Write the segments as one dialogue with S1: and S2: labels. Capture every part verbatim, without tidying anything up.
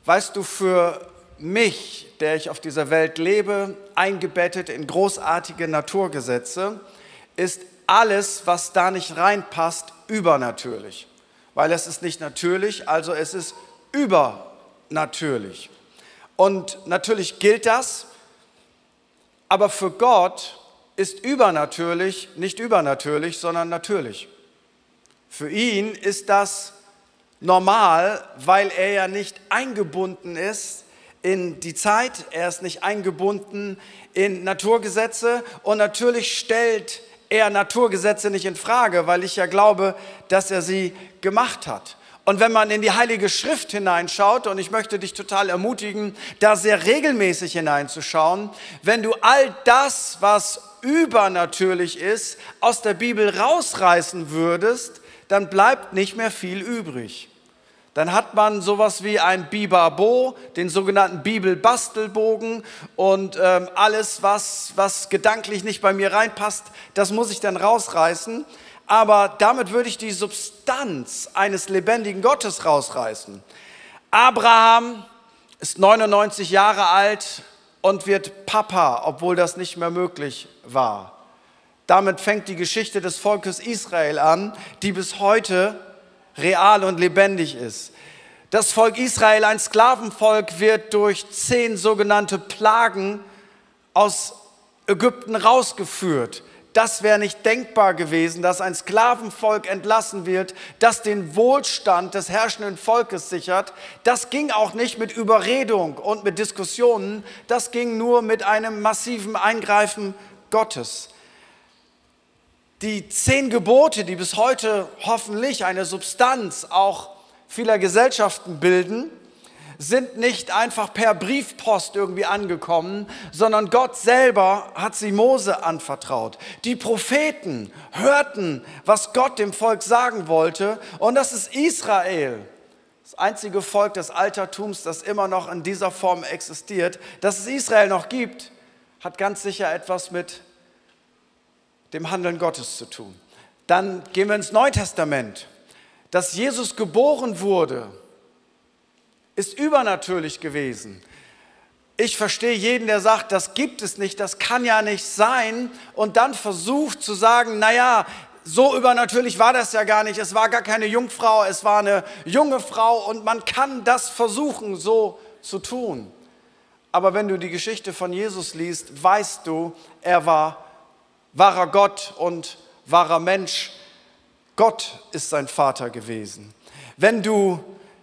S1: Weißt du, für mich, der ich auf dieser Welt lebe, eingebettet in großartige Naturgesetze, ist alles, was da nicht reinpasst, übernatürlich. Weil es ist nicht natürlich, also es ist übernatürlich. Und natürlich gilt das, aber für Gott ist übernatürlich nicht übernatürlich, sondern natürlich. Für ihn ist das normal, weil er ja nicht eingebunden ist in die Zeit, er ist nicht eingebunden in Naturgesetze und natürlich stellt er Naturgesetze nicht in Frage, weil ich ja glaube, dass er sie gemacht hat. Und wenn man in die Heilige Schrift hineinschaut, und ich möchte dich total ermutigen, da sehr regelmäßig hineinzuschauen, wenn du all das, was übernatürlich ist, aus der Bibel rausreißen würdest, dann bleibt nicht mehr viel übrig. Dann hat man sowas wie ein Bibabo, den sogenannten Bibelbastelbogen und ähm, alles, was, was gedanklich nicht bei mir reinpasst, das muss ich dann rausreißen. Aber damit würde ich die Substanz eines lebendigen Gottes rausreißen. Abraham ist neunundneunzig Jahre alt und wird Papa, obwohl das nicht mehr möglich war. Damit fängt die Geschichte des Volkes Israel an, die bis heute real und lebendig ist. Das Volk Israel, ein Sklavenvolk, wird durch zehn sogenannte Plagen aus Ägypten rausgeführt. Das wäre nicht denkbar gewesen, dass ein Sklavenvolk entlassen wird, das den Wohlstand des herrschenden Volkes sichert. Das ging auch nicht mit Überredung und mit Diskussionen. Das ging nur mit einem massiven Eingreifen Gottes. Die zehn Gebote, die bis heute hoffentlich eine Substanz auch vieler Gesellschaften bilden, sind nicht einfach per Briefpost irgendwie angekommen, sondern Gott selber hat sie Mose anvertraut. Die Propheten hörten, was Gott dem Volk sagen wollte, und das ist Israel, das einzige Volk des Altertums, das immer noch in dieser Form existiert. Dass es Israel noch gibt, hat ganz sicher etwas mit dem Handeln Gottes zu tun. Dann gehen wir ins Neue Testament. Dass Jesus geboren wurde, ist übernatürlich gewesen. Ich verstehe jeden, der sagt, das gibt es nicht, das kann ja nicht sein, und dann versucht zu sagen, naja, so übernatürlich war das ja gar nicht, es war gar keine Jungfrau, es war eine junge Frau, und man kann das versuchen, so zu tun. Aber wenn du die Geschichte von Jesus liest, weißt du, er war wahrer Gott und wahrer Mensch. Gott ist sein Vater gewesen. Wenn du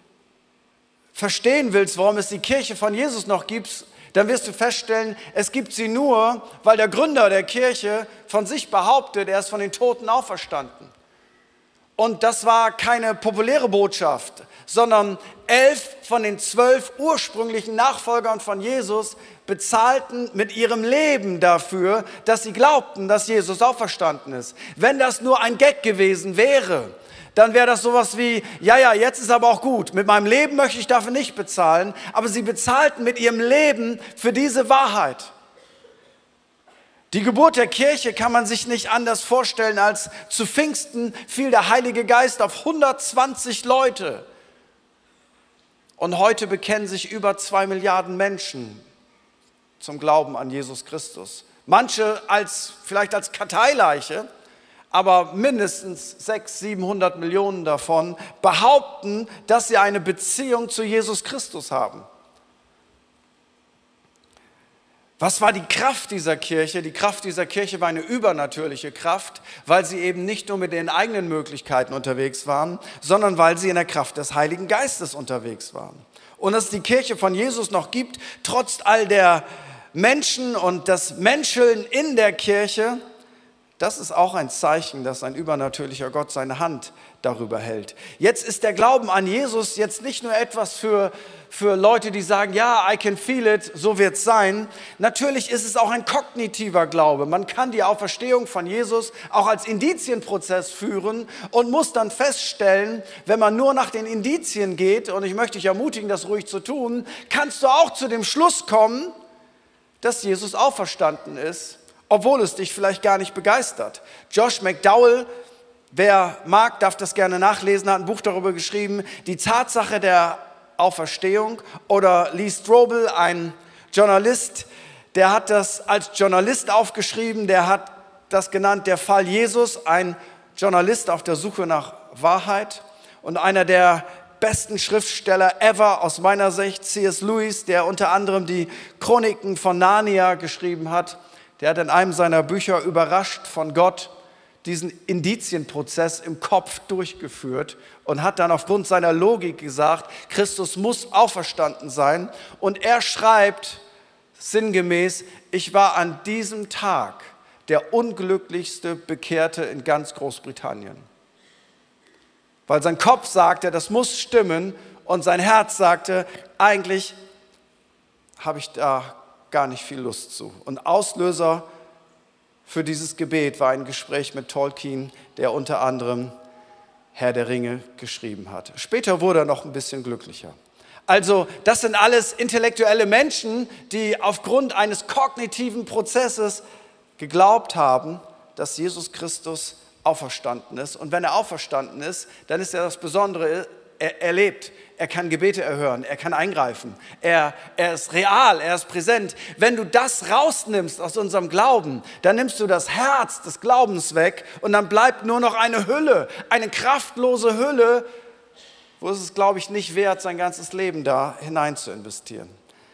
S1: verstehen willst, warum es die Kirche von Jesus noch gibt, dann wirst du feststellen, es gibt sie nur, weil der Gründer der Kirche von sich behauptet, er ist von den Toten auferstanden. Und das war keine populäre Botschaft, sondern elf von den zwölf ursprünglichen Nachfolgern von Jesus bezahlten mit ihrem Leben dafür, dass sie glaubten, dass Jesus auferstanden ist. Wenn das nur ein Gag gewesen wäre, dann wäre das sowas wie, ja, ja, jetzt ist aber auch gut, mit meinem Leben möchte ich dafür nicht bezahlen, aber sie bezahlten mit ihrem Leben für diese Wahrheit. Die Geburt der Kirche kann man sich nicht anders vorstellen, als zu Pfingsten fiel der Heilige Geist auf hundertzwanzig Leute. Und heute bekennen sich über zwei Milliarden Menschen zum Glauben an Jesus Christus. Manche als, vielleicht als Karteileiche, aber mindestens sechshundert, siebenhundert Millionen davon behaupten, dass sie eine Beziehung zu Jesus Christus haben. Was war die Kraft dieser Kirche? Die Kraft dieser Kirche war eine übernatürliche Kraft, weil sie eben nicht nur mit ihren eigenen Möglichkeiten unterwegs waren, sondern weil sie in der Kraft des Heiligen Geistes unterwegs waren. Und dass es die Kirche von Jesus noch gibt, trotz all der Menschen und das Menscheln in der Kirche, das ist auch ein Zeichen, dass ein übernatürlicher Gott seine Hand darüber hält. Jetzt ist der Glauben an Jesus jetzt nicht nur etwas für, für Leute, die sagen, ja, I can feel it, so wird es sein. Natürlich ist es auch ein kognitiver Glaube. Man kann die Auferstehung von Jesus auch als Indizienprozess führen und muss dann feststellen, wenn man nur nach den Indizien geht, und ich möchte dich ermutigen, das ruhig zu tun, kannst du auch zu dem Schluss kommen, dass Jesus auferstanden ist, obwohl es dich vielleicht gar nicht begeistert. Josh McDowell, wer mag, darf das gerne nachlesen, hat ein Buch darüber geschrieben, die Tatsache der Auferstehung. Oder Lee Strobel, ein Journalist, der hat das als Journalist aufgeschrieben, der hat das genannt, der Fall Jesus, ein Journalist auf der Suche nach Wahrheit. Und einer der besten Schriftsteller ever aus meiner Sicht, C S Lewis, der unter anderem die Chroniken von Narnia geschrieben hat, der hat in einem seiner Bücher überrascht von Gott diesen Indizienprozess im Kopf durchgeführt und hat dann aufgrund seiner Logik gesagt, Christus muss auferstanden sein. Und er schreibt sinngemäß, ich war an diesem Tag der unglücklichste Bekehrte in ganz Großbritannien. Weil sein Kopf sagte, das muss stimmen, und sein Herz sagte, eigentlich habe ich da gar nicht viel Lust zu. Und Auslöser für dieses Gebet war ein Gespräch mit Tolkien, der unter anderem Herr der Ringe geschrieben hat. Später wurde er noch ein bisschen glücklicher. Also das sind alles intellektuelle Menschen, die aufgrund eines kognitiven Prozesses geglaubt haben, dass Jesus Christus auferstanden ist. Und wenn er auferstanden ist, dann ist ja das Besondere, er, er lebt, er kann Gebete erhören, er kann eingreifen, er, er ist real, er ist präsent. Wenn du das rausnimmst aus unserem Glauben, dann nimmst du das Herz des Glaubens weg und dann bleibt nur noch eine Hülle, eine kraftlose Hülle, wo es es, glaube ich, nicht wert, sein ganzes Leben da hinein zu investieren.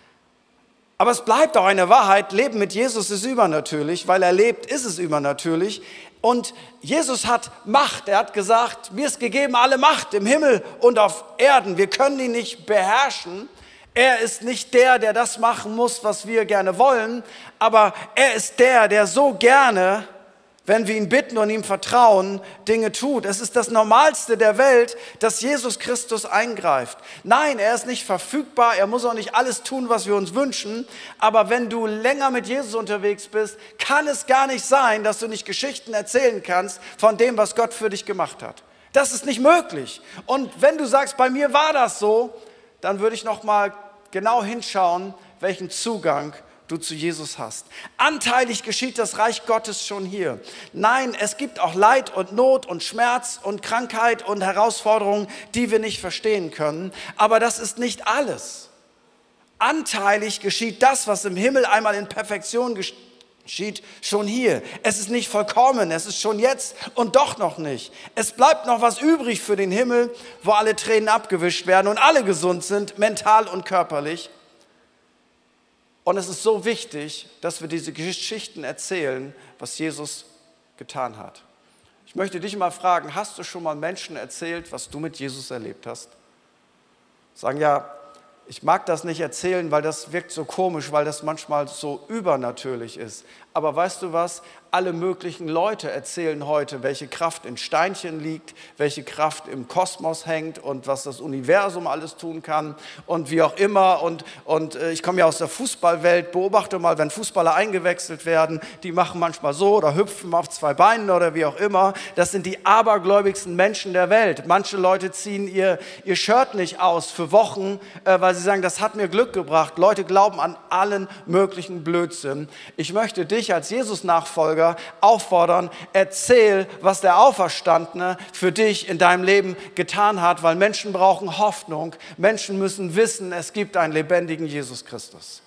S1: Aber es bleibt auch eine Wahrheit, Leben mit Jesus ist übernatürlich, weil er lebt, ist es übernatürlich. Und Jesus hat Macht, er hat gesagt, mir ist gegeben alle Macht im Himmel und auf Erden. Wir können ihn nicht beherrschen. Er ist nicht der, der das machen muss, was wir gerne wollen, aber er ist der, der so gerne, wenn wir ihn bitten und ihm vertrauen, Dinge tut. Es ist das Normalste der Welt, dass Jesus Christus eingreift. Nein, er ist nicht verfügbar, er muss auch nicht alles tun, was wir uns wünschen. Aber wenn du länger mit Jesus unterwegs bist, kann es gar nicht sein, dass du nicht Geschichten erzählen kannst von dem, was Gott für dich gemacht hat. Das ist nicht möglich. Und wenn du sagst, bei mir war das so, dann würde ich noch mal genau hinschauen, welchen Zugang du zu Jesus hast. Anteilig geschieht das Reich Gottes schon hier. Nein, es gibt auch Leid und Not und Schmerz und Krankheit und Herausforderungen, die wir nicht verstehen können. Aber das ist nicht alles. Anteilig geschieht das, was im Himmel einmal in Perfektion geschieht, schon hier. Es ist nicht vollkommen, es ist schon jetzt und doch noch nicht. Es bleibt noch was übrig für den Himmel, wo alle Tränen abgewischt werden und alle gesund sind, mental und körperlich. Und es ist so wichtig, dass wir diese Geschichten erzählen, was Jesus getan hat. Ich möchte dich mal fragen, hast du schon mal Menschen erzählt, was du mit Jesus erlebt hast? Sagen ja, ich mag das nicht erzählen, weil das wirkt so komisch, weil das manchmal so übernatürlich ist. Aber weißt du was? Alle möglichen Leute erzählen heute, welche Kraft in Steinchen liegt, welche Kraft im Kosmos hängt und was das Universum alles tun kann und wie auch immer. Und, und ich komme ja aus der Fußballwelt, beobachte mal, wenn Fußballer eingewechselt werden, die machen manchmal so oder hüpfen auf zwei Beinen oder wie auch immer. Das sind die abergläubigsten Menschen der Welt. Manche Leute ziehen ihr, ihr Shirt nicht aus für Wochen, äh, weil sie sagen, das hat mir Glück gebracht. Leute glauben an allen möglichen Blödsinn. Ich möchte dich als Jesus-Nachfolger auffordern, erzähl, was der Auferstandene für dich in deinem Leben getan hat, weil Menschen brauchen Hoffnung. Menschen müssen wissen, es gibt einen lebendigen Jesus Christus.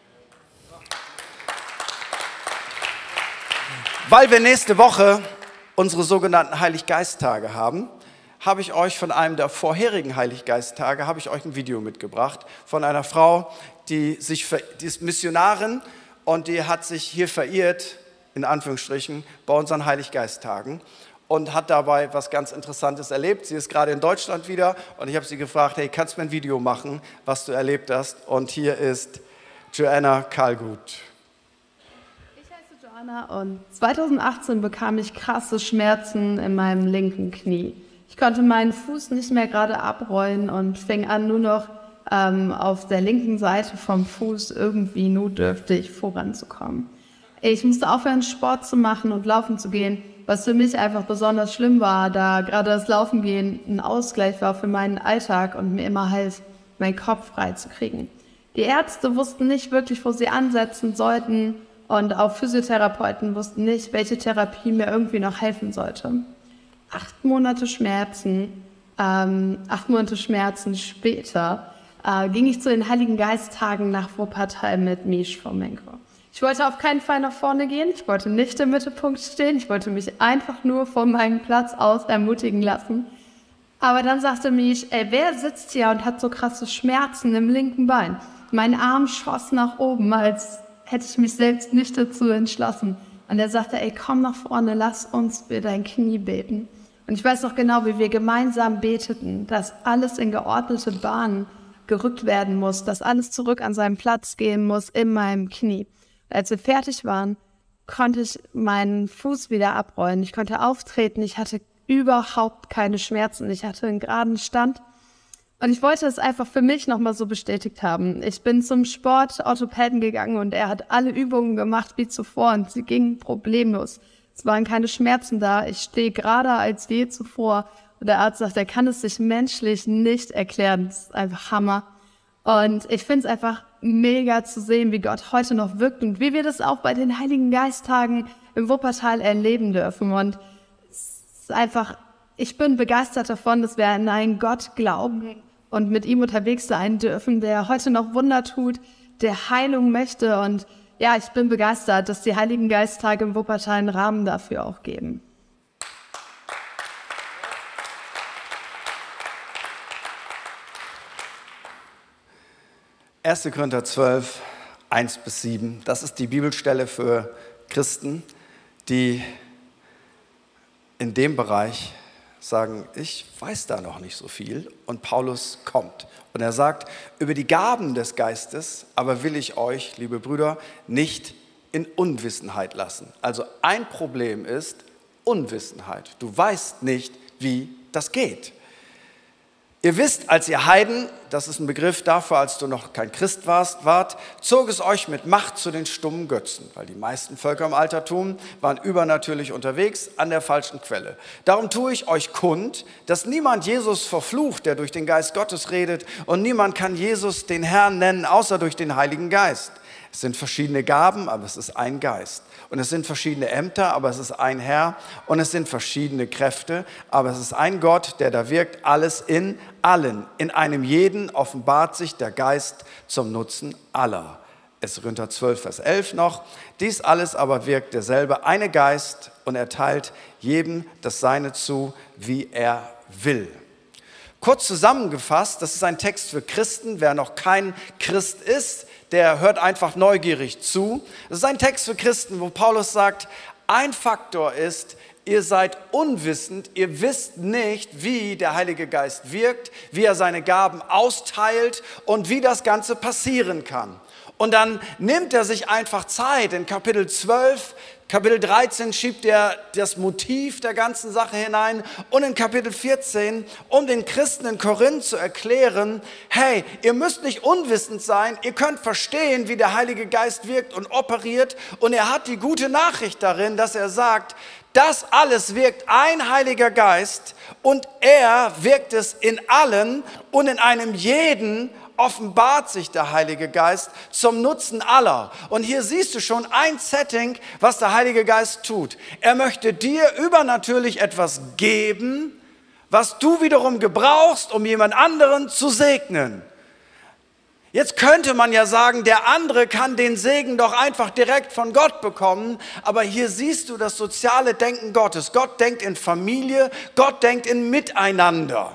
S1: Weil wir nächste Woche unsere sogenannten Heiliggeist-Tage haben, habe ich euch von einem der vorherigen Heiliggeist-Tage, habe ich euch ein Video mitgebracht von einer Frau, die, sich, die ist Missionarin und die hat sich hier verirrt, in Anführungsstrichen, bei unseren Heiliggeist-Tagen und hat dabei was ganz Interessantes erlebt. Sie ist gerade in Deutschland wieder und ich habe sie gefragt, hey, kannst du mir ein Video machen, was du erlebt hast? Und hier ist Joanna Karlgut.
S2: Ich heiße Joanna und zweitausendachtzehn bekam ich krasse Schmerzen in meinem linken Knie. Ich konnte meinen Fuß nicht mehr gerade abrollen und fing an, nur noch ähm, auf der linken Seite vom Fuß irgendwie notdürftig voranzukommen. Ich musste aufhören, Sport zu machen und laufen zu gehen, was für mich einfach besonders schlimm war, da gerade das Laufen gehen ein Ausgleich war für meinen Alltag und mir immer half, meinen Kopf frei zu kriegen. Die Ärzte wussten nicht wirklich, wo sie ansetzen sollten und auch Physiotherapeuten wussten nicht, welche Therapie mir irgendwie noch helfen sollte. Acht Monate Schmerzen, ähm, acht Monate Schmerzen später äh, ging ich zu den Heiligen Geist-Tagen nach Wuppertal mit Misch Fomenko. Ich wollte auf keinen Fall nach vorne gehen, ich wollte nicht im Mittelpunkt stehen, ich wollte mich einfach nur von meinem Platz aus ermutigen lassen. Aber dann sagte Misch, ey, wer sitzt hier und hat so krasse Schmerzen im linken Bein? Mein Arm schoss nach oben, als hätte ich mich selbst nicht dazu entschlossen. Und er sagte, ey, komm nach vorne, lass uns für dein Knie beten. Und ich weiß noch genau, wie wir gemeinsam beteten, dass alles in geordnete Bahnen gerückt werden muss, dass alles zurück an seinen Platz gehen muss in meinem Knie. Und als wir fertig waren, konnte ich meinen Fuß wieder abrollen. Ich konnte auftreten, ich hatte überhaupt keine Schmerzen. Ich hatte einen geraden Stand. Und ich wollte es einfach für mich nochmal so bestätigt haben. Ich bin zum Sportorthopäden gegangen und er hat alle Übungen gemacht wie zuvor und sie gingen problemlos. Es waren keine Schmerzen da. Ich stehe gerader als je zuvor. Und der Arzt sagt, er kann es sich menschlich nicht erklären. Das ist einfach Hammer. Und ich finde es einfach mega zu sehen, wie Gott heute noch wirkt und wie wir das auch bei den Heiligen Geisttagen im Wuppertal erleben dürfen. Und es ist einfach, ich bin begeistert davon, dass wir an einen Gott glauben und mit ihm unterwegs sein dürfen, der heute noch Wunder tut, der Heilung möchte. Und ja, ich bin begeistert, dass die Heiligen Geisttage im Wuppertal einen Rahmen dafür auch geben.
S1: erster Korinther zwölf, eins bis sieben, das ist die Bibelstelle für Christen, die in dem Bereich sagen, ich weiß da noch nicht so viel, und Paulus kommt. Und er sagt, über die Gaben des Geistes aber will ich euch, liebe Brüder, nicht in Unwissenheit lassen. Also ein Problem ist Unwissenheit. Du weißt nicht, wie das geht. Ihr wisst, als ihr Heiden, das ist ein Begriff dafür, als du noch kein Christ warst, wart, zog es euch mit Macht zu den stummen Götzen, weil die meisten Völker im Altertum waren übernatürlich unterwegs an der falschen Quelle. Darum tue ich euch kund, dass niemand Jesus verflucht, der durch den Geist Gottes redet, und niemand kann Jesus den Herrn nennen, außer durch den Heiligen Geist. Es sind verschiedene Gaben, aber es ist ein Geist. Und es sind verschiedene Ämter, aber es ist ein Herr. Und es sind verschiedene Kräfte, aber es ist ein Gott, der da wirkt, alles in allen. In einem jeden offenbart sich der Geist zum Nutzen aller. erster Korinther zwölf, Vers elf noch. Dies alles aber wirkt derselbe eine Geist und erteilt jedem das Seine zu, wie er will. Kurz zusammengefasst, das ist ein Text für Christen. Wer noch kein Christ ist, der hört einfach neugierig zu. Das ist ein Text für Christen, wo Paulus sagt, ein Faktor ist, ihr seid unwissend, ihr wisst nicht, wie der Heilige Geist wirkt, wie er seine Gaben austeilt und wie das Ganze passieren kann. Und dann nimmt er sich einfach Zeit. In Kapitel zwölf, Kapitel dreizehn schiebt er das Motiv der ganzen Sache hinein und in Kapitel vierzehn, um den Christen in Korinth zu erklären, hey, ihr müsst nicht unwissend sein, ihr könnt verstehen, wie der Heilige Geist wirkt und operiert, und er hat die gute Nachricht darin, dass er sagt, das alles wirkt ein Heiliger Geist und er wirkt es in allen, und in einem jeden offenbart sich der Heilige Geist zum Nutzen aller. Und hier siehst du schon ein Setting, was der Heilige Geist tut. Er möchte dir übernatürlich etwas geben, was du wiederum gebrauchst, um jemand anderen zu segnen. Jetzt könnte man ja sagen, der andere kann den Segen doch einfach direkt von Gott bekommen. Aber hier siehst du das soziale Denken Gottes. Gott denkt in Familie, Gott denkt in Miteinander.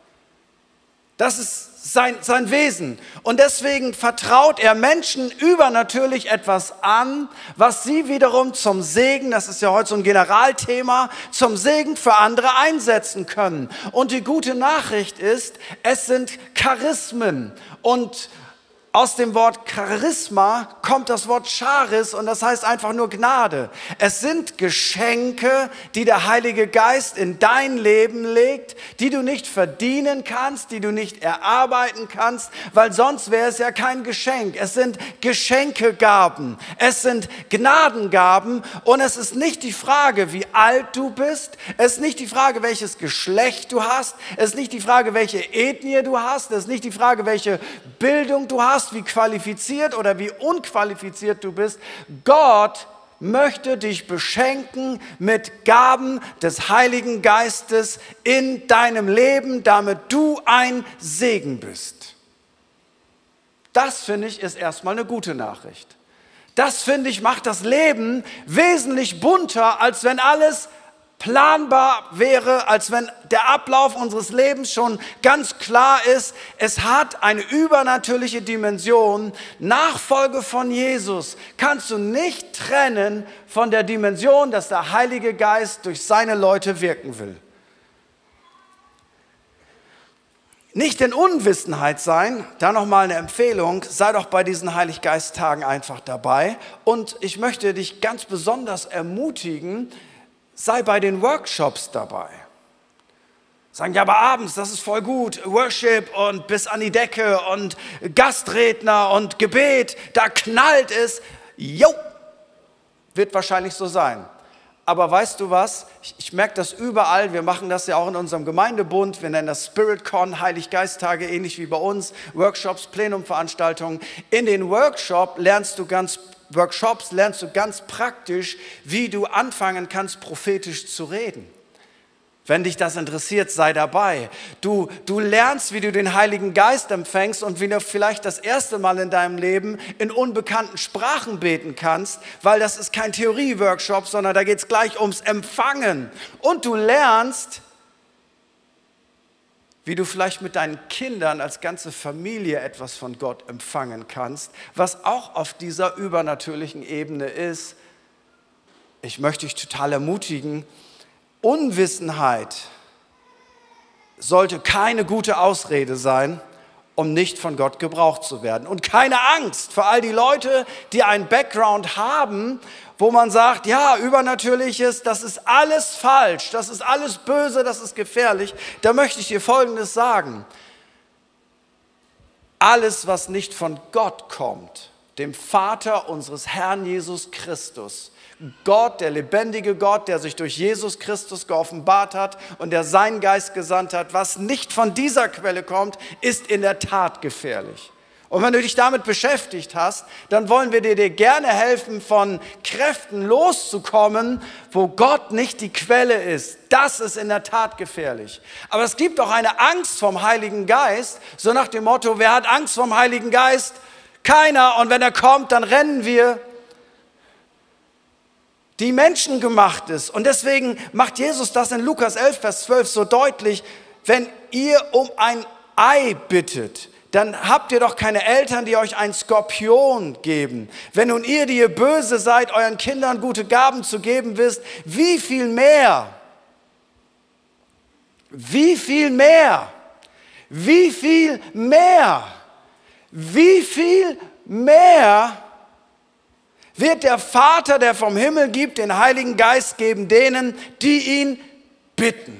S1: Das ist sein, sein Wesen. Und deswegen vertraut er Menschen übernatürlich etwas an, was sie wiederum zum Segen, das ist ja heute so ein Generalthema, zum Segen für andere einsetzen können. Und die gute Nachricht ist, es sind Charismen. Und aus dem Wort Charisma kommt das Wort Charis, und das heißt einfach nur Gnade. Es sind Geschenke, die der Heilige Geist in dein Leben legt, die du nicht verdienen kannst, die du nicht erarbeiten kannst, weil sonst wäre es ja kein Geschenk. Es sind Geschenkegaben, es sind Gnadengaben, und es ist nicht die Frage, wie alt du bist, es ist nicht die Frage, welches Geschlecht du hast, es ist nicht die Frage, welche Ethnie du hast, es ist nicht die Frage, welche Bildung du hast, wie qualifiziert oder wie unqualifiziert du bist. Gott möchte dich beschenken mit Gaben des Heiligen Geistes in deinem Leben, damit du ein Segen bist. Das, finde ich, ist erstmal eine gute Nachricht. Das, finde ich, macht das Leben wesentlich bunter, als wenn alles planbar wäre, als wenn der Ablauf unseres Lebens schon ganz klar ist. Es hat eine übernatürliche Dimension. Nachfolge von Jesus kannst du nicht trennen von der Dimension, dass der Heilige Geist durch seine Leute wirken will. Nicht in Unwissenheit sein, da nochmal eine Empfehlung, sei doch bei diesen Heiliggeist-Tagen einfach dabei. Und ich möchte dich ganz besonders ermutigen, sei bei den Workshops dabei. Sagen, ja, aber abends, das ist voll gut, Worship und bis an die Decke und Gastredner und Gebet, da knallt es. Jo, wird wahrscheinlich so sein. Aber weißt du was, ich, ich merke das überall, wir machen das ja auch in unserem Gemeindebund, wir nennen das SpiritCon, Heiliggeisttage, ähnlich wie bei uns, Workshops, Plenumveranstaltungen. In den Workshop lernst du ganz Workshops lernst du ganz praktisch, wie du anfangen kannst, prophetisch zu reden. Wenn dich das interessiert, sei dabei. Du, du lernst, wie du den Heiligen Geist empfängst und wie du vielleicht das erste Mal in deinem Leben in unbekannten Sprachen beten kannst, weil das ist kein Theorie-Workshop, sondern da geht es gleich ums Empfangen. Und du lernst, wie du vielleicht mit deinen Kindern als ganze Familie etwas von Gott empfangen kannst, was auch auf dieser übernatürlichen Ebene ist. Ich möchte dich total ermutigen, Unwissenheit sollte keine gute Ausrede sein, um nicht von Gott gebraucht zu werden. Und keine Angst für all die Leute, die einen Background haben, wo man sagt, ja, Übernatürliches, das ist alles falsch, das ist alles böse, das ist gefährlich. Da möchte ich dir Folgendes sagen. Alles, was nicht von Gott kommt, dem Vater unseres Herrn Jesus Christus, Gott, der lebendige Gott, der sich durch Jesus Christus geoffenbart hat und der seinen Geist gesandt hat, was nicht von dieser Quelle kommt, ist in der Tat gefährlich. Und wenn du dich damit beschäftigt hast, dann wollen wir dir, dir gerne helfen, von Kräften loszukommen, wo Gott nicht die Quelle ist. Das ist in der Tat gefährlich. Aber es gibt auch eine Angst vom Heiligen Geist, so nach dem Motto, wer hat Angst vom Heiligen Geist? Keiner. Und wenn er kommt, dann rennen wir. Die menschengemacht ist. Und deswegen macht Jesus das in Lukas elf, Vers zwölf so deutlich, wenn ihr um ein Ei bittet, dann habt ihr doch keine Eltern, die euch einen Skorpion geben. Wenn nun ihr, die ihr böse seid, euren Kindern gute Gaben zu geben wisst, wie viel mehr, wie viel mehr, wie viel mehr, wie viel mehr wird der Vater, der vom Himmel gibt, den Heiligen Geist geben denen, die ihn bitten.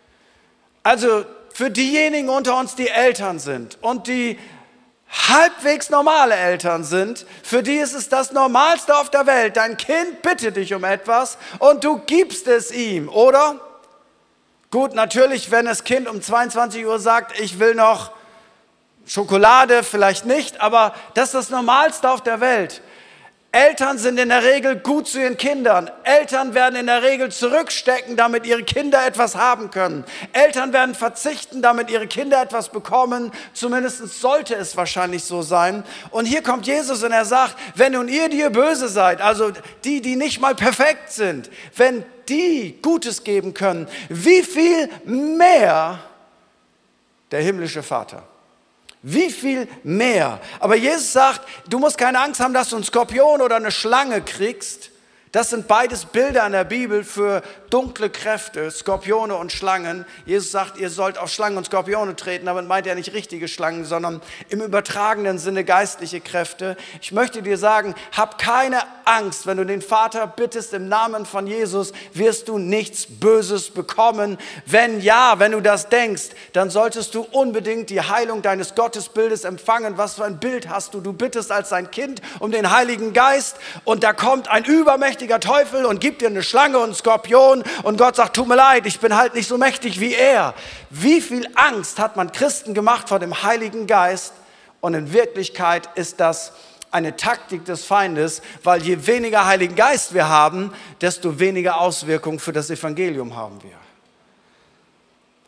S1: Also für diejenigen unter uns, die Eltern sind und die halbwegs normale Eltern sind, für die ist es das Normalste auf der Welt. Dein Kind bittet dich um etwas und du gibst es ihm, oder? Gut, natürlich, wenn das Kind um zweiundzwanzig Uhr sagt, ich will noch Schokolade, vielleicht nicht, aber das ist das Normalste auf der Welt. Eltern sind in der Regel gut zu ihren Kindern. Eltern werden in der Regel zurückstecken, damit ihre Kinder etwas haben können. Eltern werden verzichten, damit ihre Kinder etwas bekommen. Zumindest sollte es wahrscheinlich so sein. Und hier kommt Jesus und er sagt, wenn nun ihr, die ihr böse seid, also die, die nicht mal perfekt sind, wenn die Gutes geben können, wie viel mehr der himmlische Vater? Wie viel mehr? Aber Jesus sagt, du musst keine Angst haben, dass du einen Skorpion oder eine Schlange kriegst. Das sind beides Bilder in der Bibel für dunkle Kräfte, Skorpione und Schlangen. Jesus sagt, ihr sollt auf Schlangen und Skorpione treten, damit meint er nicht richtige Schlangen, sondern im übertragenen Sinne geistliche Kräfte. Ich möchte dir sagen, hab keine Angst, wenn du den Vater bittest im Namen von Jesus, wirst du nichts Böses bekommen. Wenn ja, wenn du das denkst, dann solltest du unbedingt die Heilung deines Gottesbildes empfangen. Was für ein Bild hast du? Du bittest als sein Kind um den Heiligen Geist und da kommt ein übermächtiger Teufel und gibt dir eine Schlange und einen Skorpion und Gott sagt, tut mir leid, ich bin halt nicht so mächtig wie er. Wie viel Angst hat man Christen gemacht vor dem Heiligen Geist? Und in Wirklichkeit ist das eine Taktik des Feindes, weil je weniger Heiligen Geist wir haben, desto weniger Auswirkungen für das Evangelium haben wir.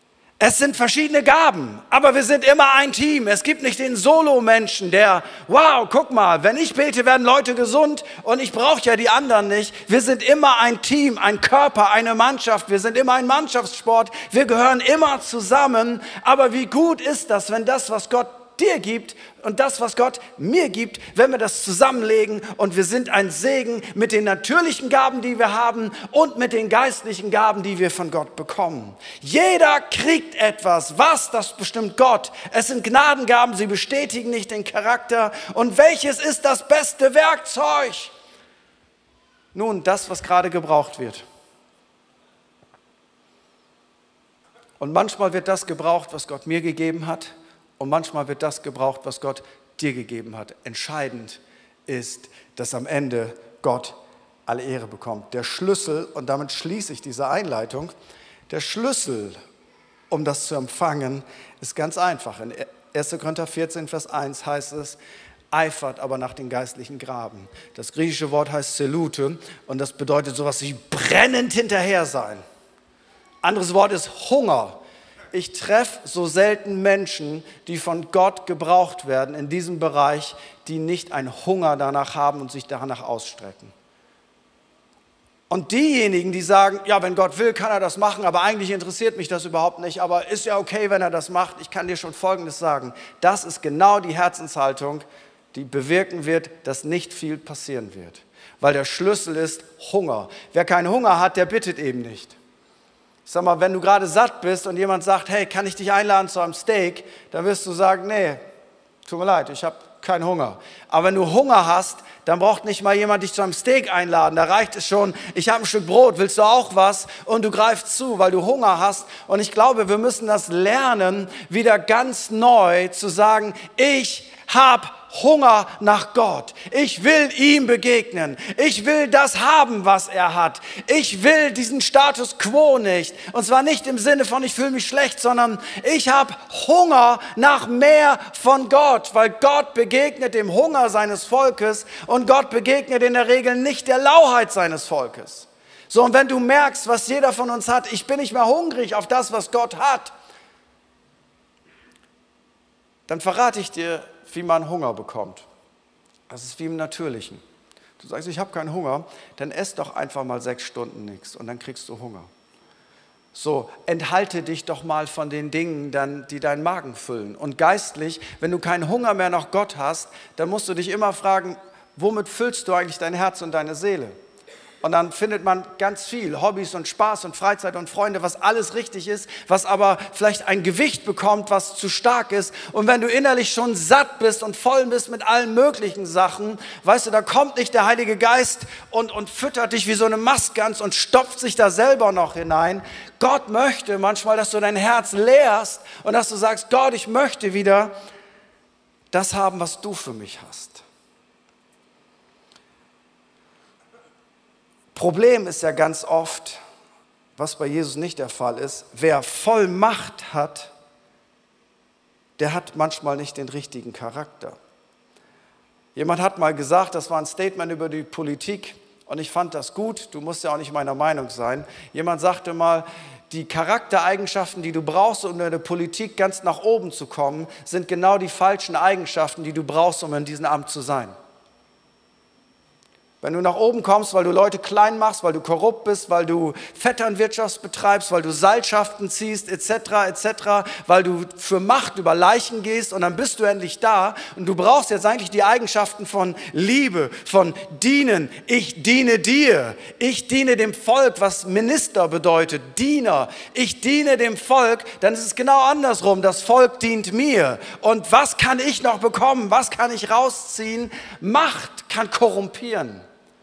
S1: Es sind verschiedene Gaben, aber wir sind immer ein Team. Es gibt nicht den Solo-Menschen, der, wow, guck mal, wenn ich bete, werden Leute gesund und ich brauche ja die anderen nicht. Wir sind immer ein Team, ein Körper, eine Mannschaft. Wir sind immer ein Mannschaftssport. Wir gehören immer zusammen. Aber wie gut ist das, wenn das, was Gott dir gibt und das, was Gott mir gibt, wenn wir das zusammenlegen und wir sind ein Segen mit den natürlichen Gaben, die wir haben und mit den geistlichen Gaben, die wir von Gott bekommen. Jeder kriegt etwas. Was? Das bestimmt Gott. Es sind Gnadengaben, sie bestätigen nicht den Charakter. Und welches ist das beste Werkzeug? Nun, das, was gerade gebraucht wird. Und manchmal wird das gebraucht, was Gott mir gegeben hat. Und manchmal wird das gebraucht, was Gott dir gegeben hat. Entscheidend ist, dass am Ende Gott alle Ehre bekommt. Der Schlüssel, und damit schließe ich diese Einleitung, der Schlüssel, um das zu empfangen, ist ganz einfach. In erster Korinther vierzehn, Vers eins heißt es, eifert aber nach den geistlichen Gaben. Das griechische Wort heißt Selute und das bedeutet sowas wie brennend hinterher sein. Anderes Wort ist Hunger. Ich treffe so selten Menschen, die von Gott gebraucht werden in diesem Bereich, die nicht einen Hunger danach haben und sich danach ausstrecken. Und diejenigen, die sagen, ja, wenn Gott will, kann er das machen, aber eigentlich interessiert mich das überhaupt nicht, aber ist ja okay, wenn er das macht. Ich kann dir schon Folgendes sagen, das ist genau die Herzenshaltung, die bewirken wird, dass nicht viel passieren wird. Weil der Schlüssel ist Hunger. Wer keinen Hunger hat, der bittet eben nicht. Ich sag mal, wenn du gerade satt bist und jemand sagt, hey, kann ich dich einladen zu einem Steak, dann wirst du sagen, nee, tut mir leid, ich habe keinen Hunger. Aber wenn du Hunger hast, dann braucht nicht mal jemand dich zu einem Steak einladen. Da reicht es schon, ich habe ein Stück Brot, willst du auch was? Und du greifst zu, weil du Hunger hast. Und ich glaube, wir müssen das lernen, wieder ganz neu zu sagen, ich habe Hunger nach Gott. Ich will ihm begegnen. Ich will das haben, was er hat. Ich will diesen Status quo nicht. Und zwar nicht im Sinne von, ich fühle mich schlecht, sondern ich habe Hunger nach mehr von Gott, weil Gott begegnet dem Hunger seines Volkes und Gott begegnet in der Regel nicht der Lauheit seines Volkes. So, und wenn du merkst, was jeder von uns hat, ich bin nicht mehr hungrig auf das, was Gott hat, dann verrate ich dir, wie man Hunger bekommt. Das ist wie im Natürlichen. Du sagst, ich habe keinen Hunger, dann ess doch einfach mal sechs Stunden nichts und dann kriegst du Hunger. So, enthalte dich doch mal von den Dingen, dann, die deinen Magen füllen. Und geistlich, wenn du keinen Hunger mehr nach Gott hast, dann musst du dich immer fragen, womit füllst du eigentlich dein Herz und deine Seele? Und dann findet man ganz viel, Hobbys und Spaß und Freizeit und Freunde, was alles richtig ist, was aber vielleicht ein Gewicht bekommt, was zu stark ist. Und wenn du innerlich schon satt bist und voll bist mit allen möglichen Sachen, weißt du, da kommt nicht der Heilige Geist und, und füttert dich wie so eine Mastgans und stopft sich da selber noch hinein. Gott möchte manchmal, dass du dein Herz leerst und dass du sagst, Gott, ich möchte wieder das haben, was du für mich hast. Problem ist ja ganz oft, was bei Jesus nicht der Fall ist, wer voll Macht hat, der hat manchmal nicht den richtigen Charakter. Jemand hat mal gesagt, das war ein Statement über die Politik und ich fand das gut, du musst ja auch nicht meiner Meinung sein. Jemand sagte mal, die Charaktereigenschaften, die du brauchst, um in der Politik ganz nach oben zu kommen, sind genau die falschen Eigenschaften, die du brauchst, um in diesem Amt zu sein. Wenn du nach oben kommst, weil du Leute klein machst, weil du korrupt bist, weil du Vetternwirtschaft betreibst, weil du Seilschaften ziehst, et cetera, et cetera, weil du für Macht über Leichen gehst und dann bist du endlich da und du brauchst jetzt eigentlich die Eigenschaften von Liebe, von Dienen. Ich diene dir, ich diene dem Volk, was Minister bedeutet, Diener. Ich diene dem Volk, dann ist es genau andersrum. Das Volk dient mir. Und was kann ich noch bekommen? Was kann ich rausziehen? Macht kann korrumpieren.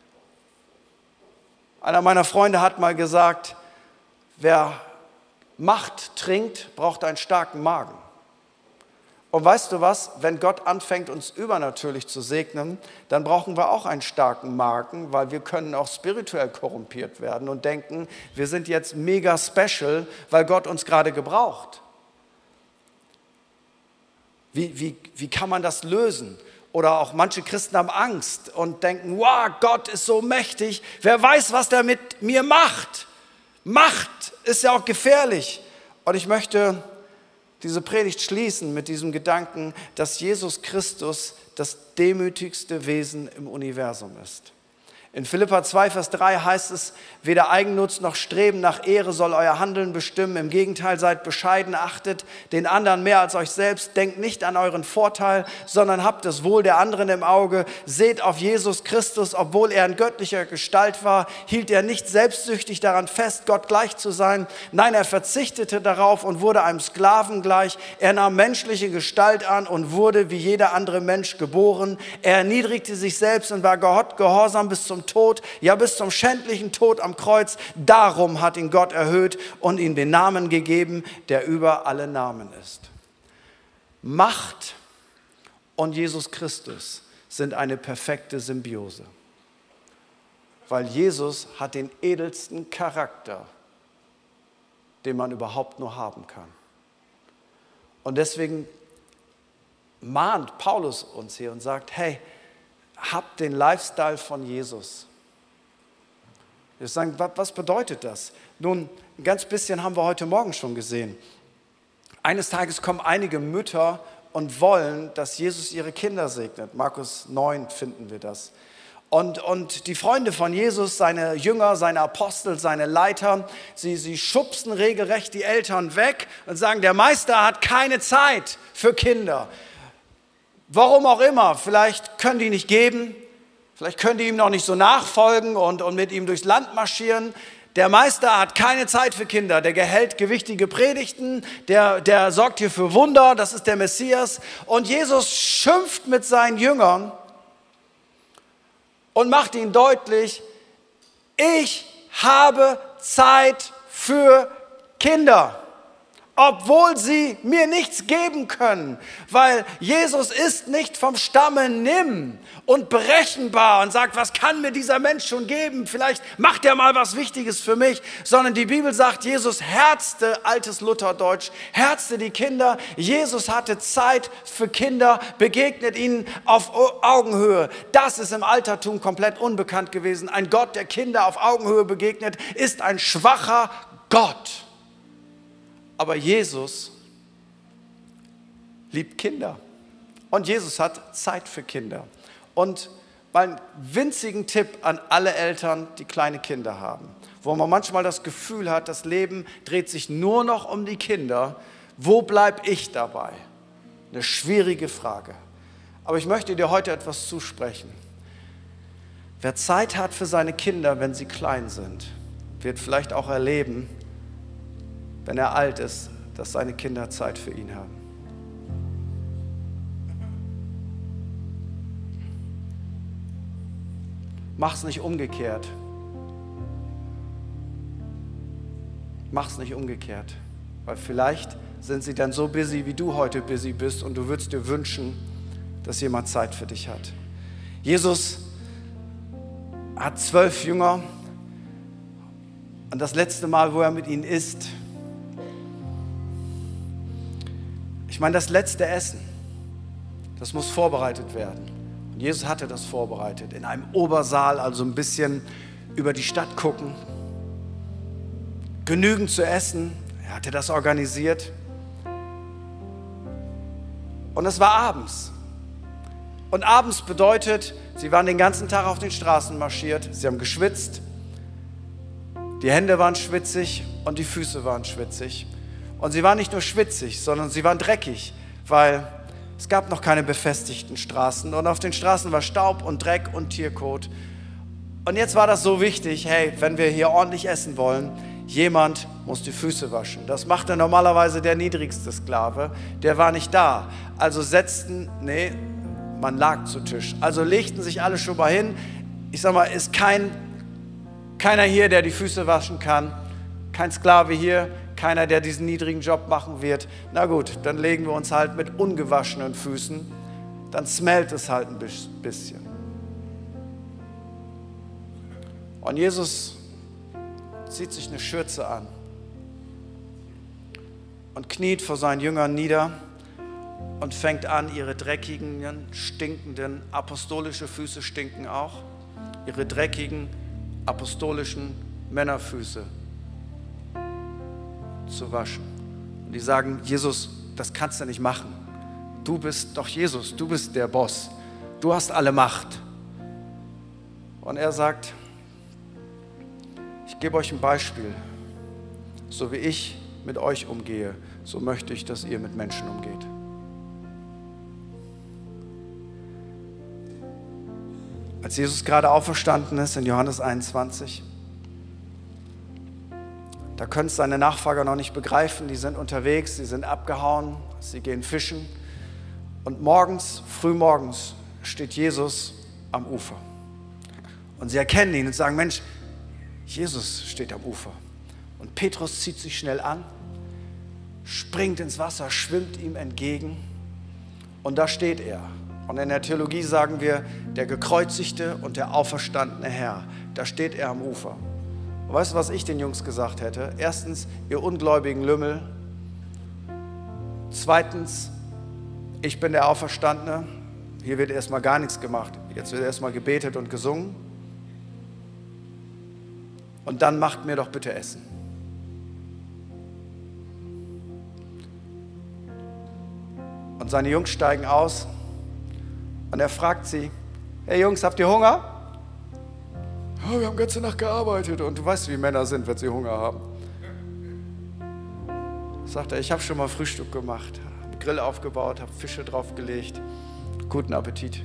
S1: Einer meiner Freunde hat mal gesagt, wer Macht trinkt, braucht einen starken Magen. Und weißt du was, wenn Gott anfängt, uns übernatürlich zu segnen, dann brauchen wir auch einen starken Magen, weil wir können auch spirituell korrumpiert werden und denken, wir sind jetzt mega special, weil Gott uns gerade gebraucht. Wie, wie, wie kann man das lösen? Oder auch manche Christen haben Angst und denken, wow, Gott ist so mächtig, wer weiß, was der mit mir macht. Macht ist ja auch gefährlich. Und ich möchte diese Predigt schließen mit diesem Gedanken, dass Jesus Christus das demütigste Wesen im Universum ist. In Philipper zwei, Vers drei heißt es, weder Eigennutz noch Streben nach Ehre soll euer Handeln bestimmen. Im Gegenteil, seid bescheiden, achtet den anderen mehr als euch selbst. Denkt nicht an euren Vorteil, sondern habt das Wohl der anderen im Auge. Seht auf Jesus Christus, obwohl er in göttlicher Gestalt war, hielt er nicht selbstsüchtig daran fest, Gott gleich zu sein. Nein, er verzichtete darauf und wurde einem Sklaven gleich. Er nahm menschliche Gestalt an und wurde wie jeder andere Mensch geboren. Er erniedrigte sich selbst und war Gott gehorsam bis zum Tod, ja bis zum schändlichen Tod am Kreuz. Darum hat ihn Gott erhöht und ihm den Namen gegeben, der über alle Namen ist. Macht und Jesus Christus sind eine perfekte Symbiose, weil Jesus hat den edelsten Charakter, den man überhaupt nur haben kann. Und deswegen mahnt Paulus uns hier und sagt, hey, habt den Lifestyle von Jesus. Wir sagen, was bedeutet das? Nun, ein ganz bisschen haben wir heute Morgen schon gesehen. Eines Tages kommen einige Mütter und wollen, dass Jesus ihre Kinder segnet. Markus neun finden wir das. Und, und die Freunde von Jesus, seine Jünger, seine Apostel, seine Leiter, sie, sie schubsen regelrecht die Eltern weg und sagen, der Meister hat keine Zeit für Kinder. Warum auch immer, vielleicht können die nicht geben, vielleicht können die ihm noch nicht so nachfolgen und, und mit ihm durchs Land marschieren. Der Meister hat keine Zeit für Kinder, der hält gewichtige Predigten, der, der sorgt hier für Wunder, das ist der Messias. Und Jesus schimpft mit seinen Jüngern und macht ihnen deutlich, ich habe Zeit für Kinder. Obwohl sie mir nichts geben können, weil Jesus ist nicht vom Stamme nimm und berechenbar und sagt, was kann mir dieser Mensch schon geben, vielleicht macht er mal was Wichtiges für mich, sondern die Bibel sagt, Jesus herzte, altes Lutherdeutsch, herzte die Kinder, Jesus hatte Zeit für Kinder, begegnet ihnen auf Augenhöhe. Das ist im Altertum komplett unbekannt gewesen. Ein Gott, der Kinder auf Augenhöhe begegnet, ist ein schwacher Gott. Aber Jesus liebt Kinder und Jesus hat Zeit für Kinder. Und mal einen winzigen Tipp an alle Eltern, die kleine Kinder haben, wo man manchmal das Gefühl hat, das Leben dreht sich nur noch um die Kinder. Wo bleibe ich dabei? Eine schwierige Frage. Aber ich möchte dir heute etwas zusprechen. Wer Zeit hat für seine Kinder, wenn sie klein sind, wird vielleicht auch erleben, wenn er alt ist, dass seine Kinder Zeit für ihn haben. Mach's nicht umgekehrt. Mach's nicht umgekehrt, weil vielleicht sind sie dann so busy, wie du heute busy bist und du würdest dir wünschen, dass jemand Zeit für dich hat. Jesus hat zwölf Jünger und das letzte Mal, wo er mit ihnen isst, ich meine, das letzte Essen, das muss vorbereitet werden. Und Jesus hatte das vorbereitet. In einem Obersaal, also ein bisschen über die Stadt gucken. Genügend zu essen. Er hatte das organisiert. Und es war abends. Und abends bedeutet, sie waren den ganzen Tag auf den Straßen marschiert. Sie haben geschwitzt. Die Hände waren schwitzig und die Füße waren schwitzig. Und sie waren nicht nur schwitzig, sondern sie waren dreckig, weil es gab noch keine befestigten Straßen. Und auf den Straßen war Staub und Dreck und Tierkot. Und jetzt war das so wichtig, hey, wenn wir hier ordentlich essen wollen, jemand muss die Füße waschen. Das machte normalerweise der niedrigste Sklave, der war nicht da. Also setzten, nee, man lag zu Tisch. Also legten sich alle schon mal hin. Ich sag mal, ist kein, keiner hier, der die Füße waschen kann. Kein Sklave hier. Keiner, der diesen niedrigen Job machen wird. Na gut, dann legen wir uns halt mit ungewaschenen Füßen. Dann smellt es halt ein bisschen. Und Jesus zieht sich eine Schürze an und kniet vor seinen Jüngern nieder und fängt an, ihre dreckigen, stinkenden, apostolische Füße stinken auch, ihre dreckigen, apostolischen Männerfüße zu waschen. Und die sagen, Jesus, das kannst du nicht machen. Du bist doch Jesus, du bist der Boss. Du hast alle Macht. Und er sagt, ich gebe euch ein Beispiel. So wie ich mit euch umgehe, so möchte ich, dass ihr mit Menschen umgeht. Als Jesus gerade auferstanden ist in Johannes einundzwanzig, da können es seine Nachfolger noch nicht begreifen. Die sind unterwegs, sie sind abgehauen, sie gehen fischen. Und morgens, frühmorgens, steht Jesus am Ufer. Und sie erkennen ihn und sagen, Mensch, Jesus steht am Ufer. Und Petrus zieht sich schnell an, springt ins Wasser, schwimmt ihm entgegen. Und da steht er. Und in der Theologie sagen wir, der gekreuzigte und der auferstandene Herr. Da steht er am Ufer. Und weißt du, was ich den Jungs gesagt hätte? Erstens, ihr ungläubigen Lümmel. Zweitens, ich bin der Auferstandene. Hier wird erstmal gar nichts gemacht. Jetzt wird erstmal gebetet und gesungen. Und dann macht mir doch bitte Essen. Und seine Jungs steigen aus und er fragt sie, hey Jungs, habt ihr Hunger? Oh, wir haben ganze Nacht gearbeitet. Und du weißt, wie Männer sind, wenn sie Hunger haben. Sagt er, ich habe schon mal Frühstück gemacht, einen Grill aufgebaut, habe Fische draufgelegt. Guten Appetit.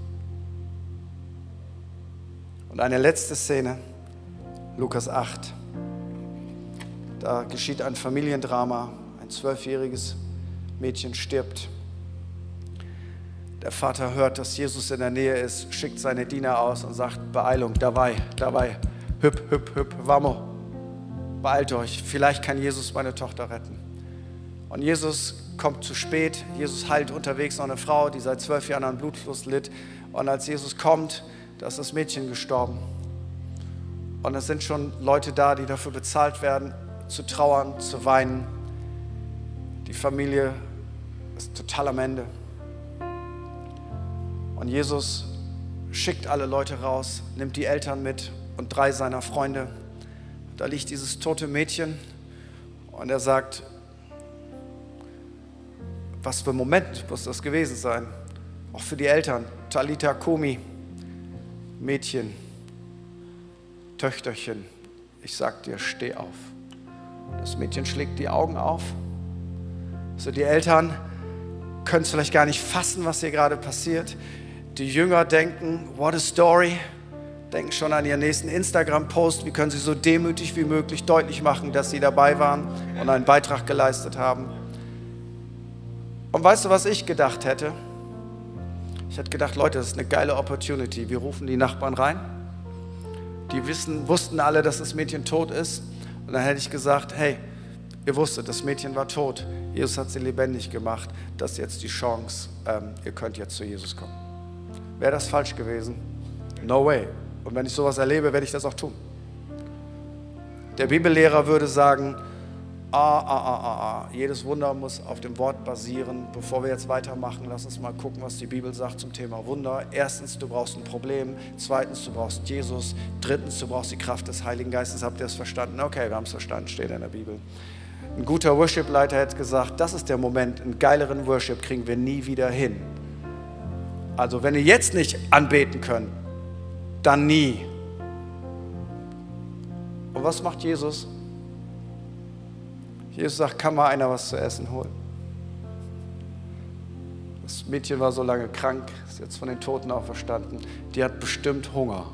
S1: Und eine letzte Szene, Lukas acht. Da geschieht ein Familiendrama, ein zwölfjähriges Mädchen stirbt. Der Vater hört, dass Jesus in der Nähe ist, schickt seine Diener aus und sagt, Beeilung, dabei, dabei, hüpp, hüpp, hüpp, vamos, beeilt euch, vielleicht kann Jesus meine Tochter retten. Und Jesus kommt zu spät, Jesus heilt unterwegs noch eine Frau, die seit zwölf Jahren an Blutfluss litt. Und als Jesus kommt, da ist das Mädchen gestorben. Und es sind schon Leute da, die dafür bezahlt werden, zu trauern, zu weinen. Die Familie ist total am Ende. Und Jesus schickt alle Leute raus, nimmt die Eltern mit und drei seiner Freunde. Da liegt dieses tote Mädchen und er sagt, was für ein Moment muss das gewesen sein? Auch für die Eltern. Talita Kumi, Mädchen, Töchterchen, ich sag dir, steh auf. Das Mädchen schlägt die Augen auf. So, die Eltern können es vielleicht gar nicht fassen, was hier gerade passiert. Die Jünger denken, what a story, denken schon an ihren nächsten Instagram-Post, wie können sie so demütig wie möglich deutlich machen, dass sie dabei waren und einen Beitrag geleistet haben. Und weißt du, was ich gedacht hätte? Ich hätte gedacht, Leute, das ist eine geile Opportunity. Wir rufen die Nachbarn rein. Die wissen, wussten alle, dass das Mädchen tot ist. Und dann hätte ich gesagt, hey, ihr wusstet, das Mädchen war tot. Jesus hat sie lebendig gemacht. Das ist jetzt die Chance. Ähm, ihr könnt jetzt zu Jesus kommen. Wäre das falsch gewesen? No way. Und wenn ich sowas erlebe, werde ich das auch tun. Der Bibellehrer würde sagen, ah, ah, ah, ah, ah. Jedes Wunder muss auf dem Wort basieren. Bevor wir jetzt weitermachen, lass uns mal gucken, was die Bibel sagt zum Thema Wunder. Erstens, du brauchst ein Problem. Zweitens, du brauchst Jesus. Drittens, du brauchst die Kraft des Heiligen Geistes. Habt ihr es verstanden? Okay, wir haben es verstanden, steht in der Bibel. Ein guter Worship-Leiter hätte gesagt, das ist der Moment, einen geileren Worship kriegen wir nie wieder hin. Also wenn ihr jetzt nicht anbeten könnt, dann nie. Und was macht Jesus? Jesus sagt, kann mal einer was zu essen holen. Das Mädchen war so lange krank, ist jetzt von den Toten auferstanden. Die hat bestimmt Hunger.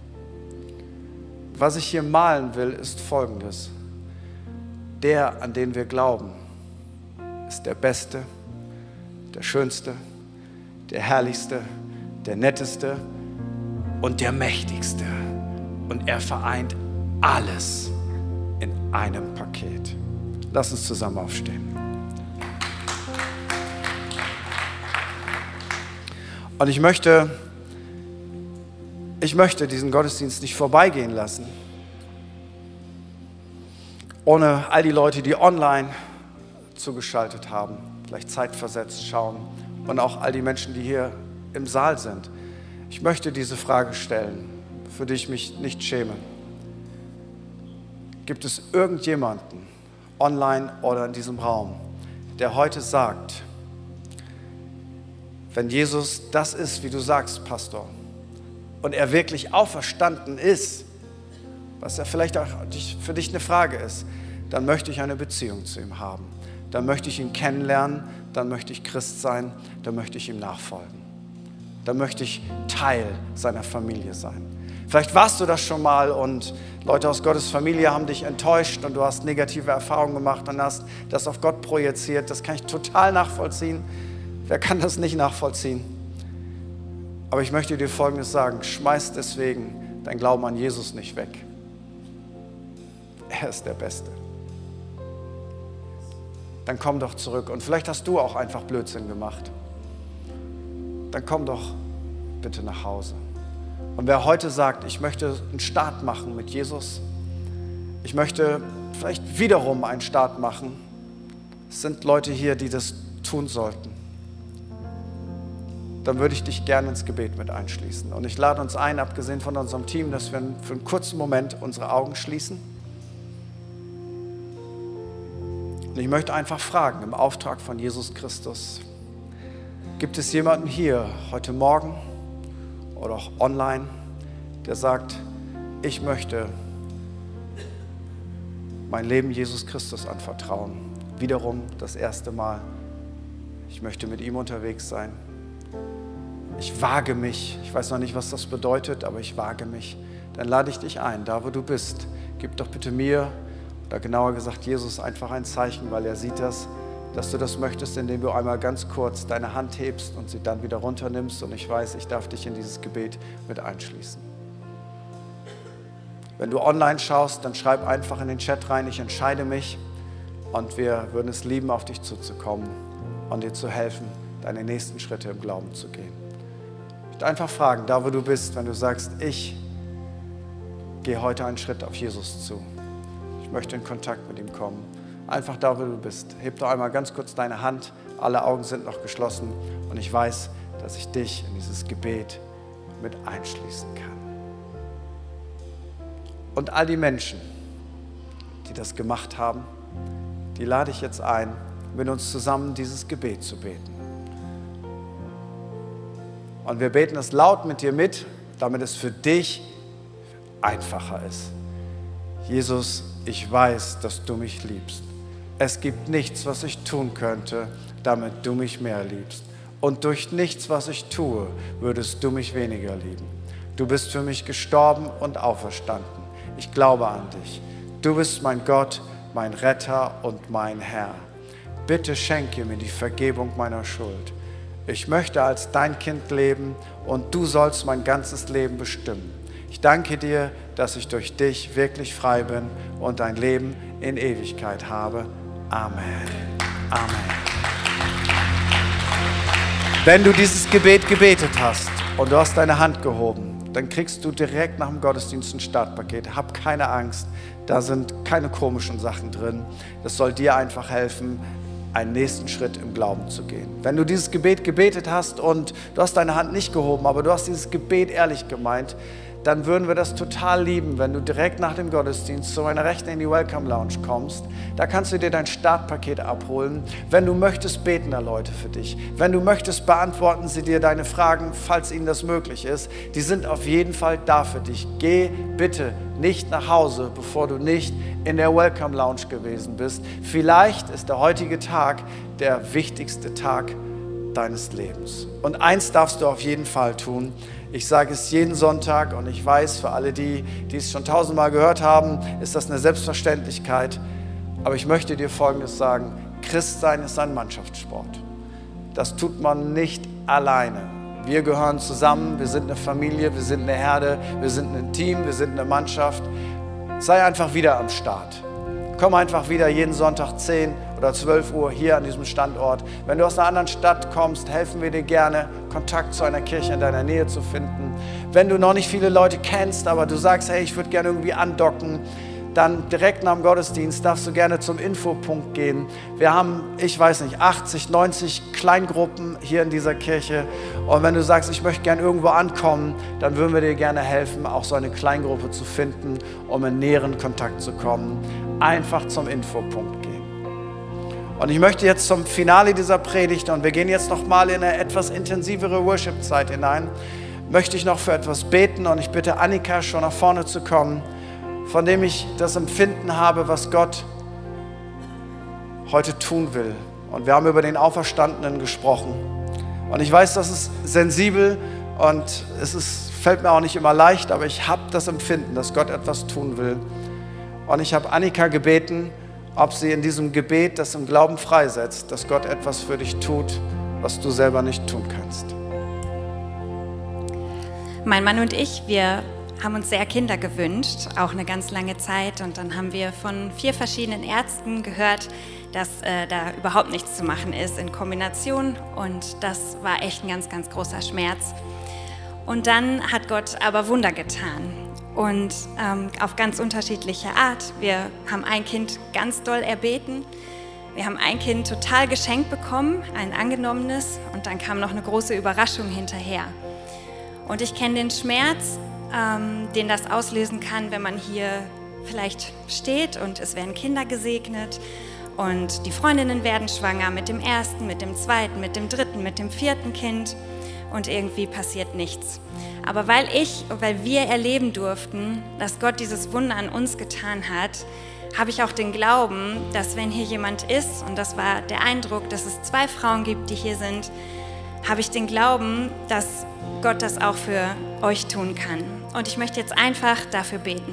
S1: Was ich hier malen will, ist Folgendes. Der, an den wir glauben, ist der Beste, der Schönste, der Herrlichste, der Netteste und der Mächtigste. Und er vereint alles in einem Paket. Lass uns zusammen aufstehen. Und ich möchte, ich möchte diesen Gottesdienst nicht vorbeigehen lassen, ohne all die Leute, die online zugeschaltet haben, vielleicht zeitversetzt schauen und auch all die Menschen, die hier im Saal sind. Ich möchte diese Frage stellen, für die ich mich nicht schäme. Gibt es irgendjemanden, online oder in diesem Raum, der heute sagt, wenn Jesus das ist, wie du sagst, Pastor, und er wirklich auferstanden ist, was ja vielleicht auch für dich eine Frage ist, dann möchte ich eine Beziehung zu ihm haben. Dann möchte ich ihn kennenlernen, dann möchte ich Christ sein, dann möchte ich ihm nachfolgen. Dann möchte ich Teil seiner Familie sein. Vielleicht warst du das schon mal und Leute aus Gottes Familie haben dich enttäuscht und du hast negative Erfahrungen gemacht und hast das auf Gott projiziert. Das kann ich total nachvollziehen. Wer kann das nicht nachvollziehen? Aber ich möchte dir Folgendes sagen: Schmeiß deswegen dein Glauben an Jesus nicht weg. Er ist der Beste. Dann komm doch zurück. Und vielleicht hast du auch einfach Blödsinn gemacht. Dann komm doch bitte nach Hause. Und wer heute sagt, ich möchte einen Start machen mit Jesus, ich möchte vielleicht wiederum einen Start machen, es sind Leute hier, die das tun sollten, dann würde ich dich gerne ins Gebet mit einschließen. Und ich lade uns ein, abgesehen von unserem Team, dass wir für einen kurzen Moment unsere Augen schließen. Und ich möchte einfach fragen, im Auftrag von Jesus Christus, gibt es jemanden hier heute Morgen oder auch online, der sagt, ich möchte mein Leben Jesus Christus anvertrauen. Wiederum das erste Mal. Ich möchte mit ihm unterwegs sein. Ich wage mich. Ich weiß noch nicht, was das bedeutet, aber ich wage mich. Dann lade ich dich ein, da wo du bist. Gib doch bitte mir, oder genauer gesagt Jesus, einfach ein Zeichen, weil er sieht das, dass du das möchtest, indem du einmal ganz kurz deine Hand hebst und sie dann wieder runternimmst. Und ich weiß, ich darf dich in dieses Gebet mit einschließen. Wenn du online schaust, dann schreib einfach in den Chat rein, ich entscheide mich. Und wir würden es lieben, auf dich zuzukommen und dir zu helfen, deine nächsten Schritte im Glauben zu gehen. Ich möchte einfach fragen, da wo du bist, wenn du sagst, ich gehe heute einen Schritt auf Jesus zu. Ich möchte in Kontakt mit ihm kommen. Einfach da, wo du bist. Heb doch einmal ganz kurz deine Hand. Alle Augen sind noch geschlossen. Und ich weiß, dass ich dich in dieses Gebet mit einschließen kann. Und all die Menschen, die das gemacht haben, die lade ich jetzt ein, mit uns zusammen dieses Gebet zu beten. Und wir beten es laut mit dir mit, damit es für dich einfacher ist. Jesus, ich weiß, dass du mich liebst. Es gibt nichts, was ich tun könnte, damit du mich mehr liebst. Und durch nichts, was ich tue, würdest du mich weniger lieben. Du bist für mich gestorben und auferstanden. Ich glaube an dich. Du bist mein Gott, mein Retter und mein Herr. Bitte schenke mir die Vergebung meiner Schuld. Ich möchte als dein Kind leben und du sollst mein ganzes Leben bestimmen. Ich danke dir, dass ich durch dich wirklich frei bin und ein Leben in Ewigkeit habe. Amen. Amen. Wenn du dieses Gebet gebetet hast und du hast deine Hand gehoben, dann kriegst du direkt nach dem Gottesdienst ein Startpaket. Hab keine Angst, da sind keine komischen Sachen drin. Das soll dir einfach helfen, einen nächsten Schritt im Glauben zu gehen. Wenn du dieses Gebet gebetet hast und du hast deine Hand nicht gehoben, aber du hast dieses Gebet ehrlich gemeint, dann würden wir das total lieben, wenn du direkt nach dem Gottesdienst zu meiner Rechten in die Welcome Lounge kommst. Da kannst du dir dein Startpaket abholen. Wenn du möchtest, beten da Leute für dich. Wenn du möchtest, beantworten sie dir deine Fragen, falls ihnen das möglich ist. Die sind auf jeden Fall da für dich. Geh bitte nicht nach Hause, bevor du nicht in der Welcome Lounge gewesen bist. Vielleicht ist der heutige Tag der wichtigste Tag deines Lebens. Und eins darfst du auf jeden Fall tun. Ich sage es jeden Sonntag und ich weiß, für alle die, die es schon tausendmal gehört haben, ist das eine Selbstverständlichkeit. Aber ich möchte dir Folgendes sagen: Christsein ist ein Mannschaftssport. Das tut man nicht alleine. Wir gehören zusammen, wir sind eine Familie, wir sind eine Herde, wir sind ein Team, wir sind eine Mannschaft. Sei einfach wieder am Start. Komm einfach wieder jeden Sonntag zehn oder zwölf Uhr hier an diesem Standort. Wenn du aus einer anderen Stadt kommst, helfen wir dir gerne, Kontakt zu einer Kirche in deiner Nähe zu finden. Wenn du noch nicht viele Leute kennst, aber du sagst, hey, ich würde gerne irgendwie andocken, dann direkt nach dem Gottesdienst darfst du gerne zum Infopunkt gehen. Wir haben, ich weiß nicht, achtzig, neunzig Kleingruppen hier in dieser Kirche. Und wenn du sagst, ich möchte gerne irgendwo ankommen, dann würden wir dir gerne helfen, auch so eine Kleingruppe zu finden, um in näheren Kontakt zu kommen. Einfach zum Infopunkt gehen. Und ich möchte jetzt zum Finale dieser Predigt, und wir gehen jetzt noch mal in eine etwas intensivere Worship-Zeit hinein, möchte ich noch für etwas beten, und ich bitte Annika, schon nach vorne zu kommen, von dem ich das Empfinden habe, was Gott heute tun will. Und wir haben über den Auferstandenen gesprochen. Und ich weiß, das ist sensibel und es ist, fällt mir auch nicht immer leicht, aber ich habe das Empfinden, dass Gott etwas tun will. Und ich habe Annika gebeten, ob sie in diesem Gebet das im Glauben freisetzt, dass Gott etwas für dich tut, was du selber nicht tun kannst.
S3: Mein Mann und ich, wir haben uns sehr Kinder gewünscht, auch eine ganz lange Zeit. Und dann haben wir von vier verschiedenen Ärzten gehört, dass äh, da überhaupt nichts zu machen ist in Kombination. Und das war echt ein ganz, ganz großer Schmerz. Und dann hat Gott aber Wunder getan. Und ähm, auf ganz unterschiedliche Art. Wir haben ein Kind ganz doll erbeten. Wir haben ein Kind total geschenkt bekommen, ein angenommenes. Und dann kam noch eine große Überraschung hinterher. Und ich kenne den Schmerz, ähm, den das auslösen kann, wenn man hier vielleicht steht und es werden Kinder gesegnet und die Freundinnen werden schwanger mit dem ersten, mit dem zweiten, mit dem dritten, mit dem vierten Kind und irgendwie passiert nichts. Aber weil ich, weil wir erleben durften, dass Gott dieses Wunder an uns getan hat, habe ich auch den Glauben, dass wenn hier jemand ist, und das war der Eindruck, dass es zwei Frauen gibt, die hier sind, habe ich den Glauben, dass Gott das auch für euch tun kann. Und ich möchte jetzt einfach dafür beten.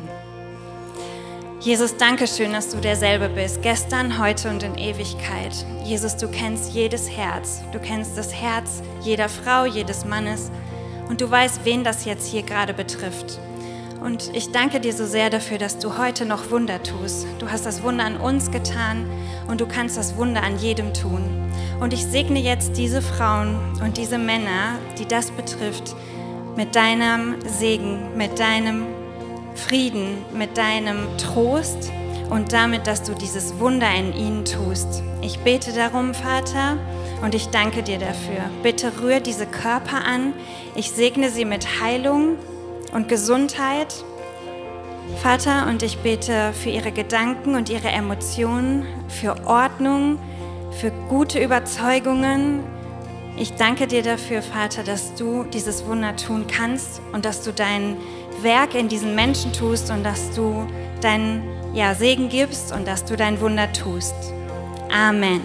S3: Jesus, danke schön, dass du derselbe bist, gestern, heute und in Ewigkeit. Jesus, du kennst jedes Herz. Du kennst das Herz jeder Frau, jedes Mannes. Und du weißt, wen das jetzt hier gerade betrifft. Und ich danke dir so sehr dafür, dass du heute noch Wunder tust. Du hast das Wunder an uns getan und du kannst das Wunder an jedem tun. Und ich segne jetzt diese Frauen und diese Männer, die das betrifft, mit deinem Segen, mit deinem Frieden, mit deinem Trost und damit, dass du dieses Wunder in ihnen tust. Ich bete darum, Vater, und ich danke dir dafür. Bitte rühr diese Körper an. Ich segne sie mit Heilung und Gesundheit. Vater, und ich bete für ihre Gedanken und ihre Emotionen, für Ordnung, für gute Überzeugungen. Ich danke dir dafür, Vater, dass du dieses Wunder tun kannst und dass du dein Werk in diesen Menschen tust und dass du deinen ja, Segen gibst und dass du dein Wunder tust. Amen.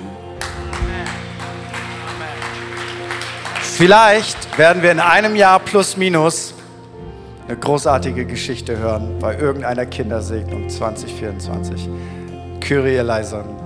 S1: Vielleicht werden wir in einem Jahr plus minus eine großartige Geschichte hören bei irgendeiner Kindersegnung zwanzig vierundzwanzig. Kyrie eleison.